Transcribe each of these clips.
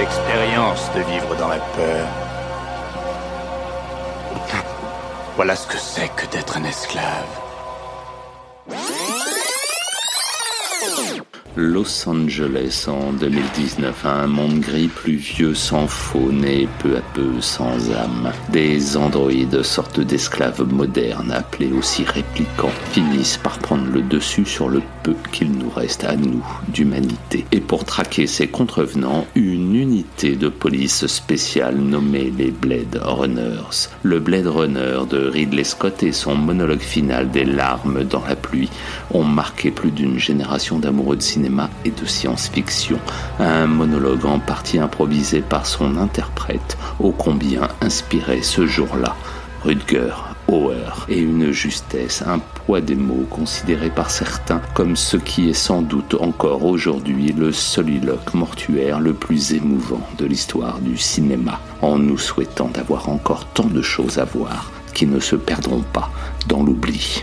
l'expérience de vivre dans la peur. Voilà ce que c'est que d'être un esclave. Los Angeles en 2019, un monde gris, pluvieux, sans faune et peu à peu sans âme. Des androïdes, sortes d'esclaves modernes, appelés aussi réplicants, finissent par prendre le dessus sur le peu qu'il nous reste à nous d'humanité. Et pour traquer ces contrevenants, une unité de police spéciale nommée les Blade Runners. Le Blade Runner de Ridley Scott et son monologue final des larmes dans la pluie ont marqué plus d'une génération d'amoureux de cinéma et de science-fiction, un monologue en partie improvisé par son interprète, ô combien inspiré ce jour-là, Rutger Hauer, et une justesse, un poids des mots considéré par certains comme ce qui est sans doute encore aujourd'hui le soliloque mortuaire le plus émouvant de l'histoire du cinéma, en nous souhaitant d'avoir encore tant de choses à voir qui ne se perdront pas dans l'oubli.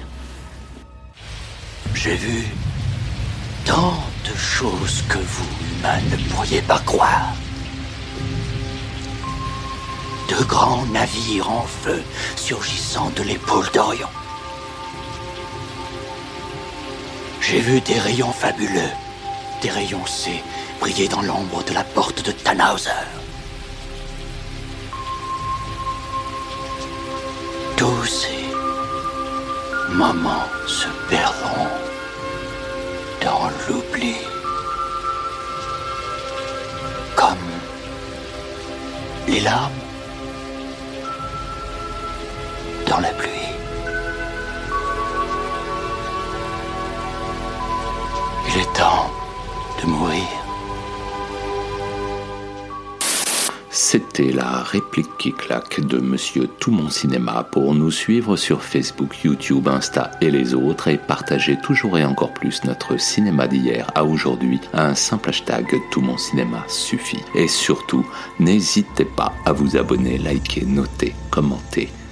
J'ai vu tant de choses que vous, humains, ne pourriez pas croire. De grands navires en feu surgissant de l'épaule d'Orion. J'ai vu des rayons fabuleux, des rayons C briller dans l'ombre de la porte de Tannhauser. Tous ces moments se perdront dans l'oubli. Comme les larmes dans la pluie. Il est temps de mourir. C'était la réplique qui claque de Monsieur Tout Mon Cinéma. Pour nous suivre sur Facebook, YouTube, Insta et les autres et partager toujours et encore plus notre cinéma d'hier à aujourd'hui, un simple hashtag Tout Mon Cinéma suffit. Et surtout, n'hésitez pas à vous abonner, liker, noter, commenter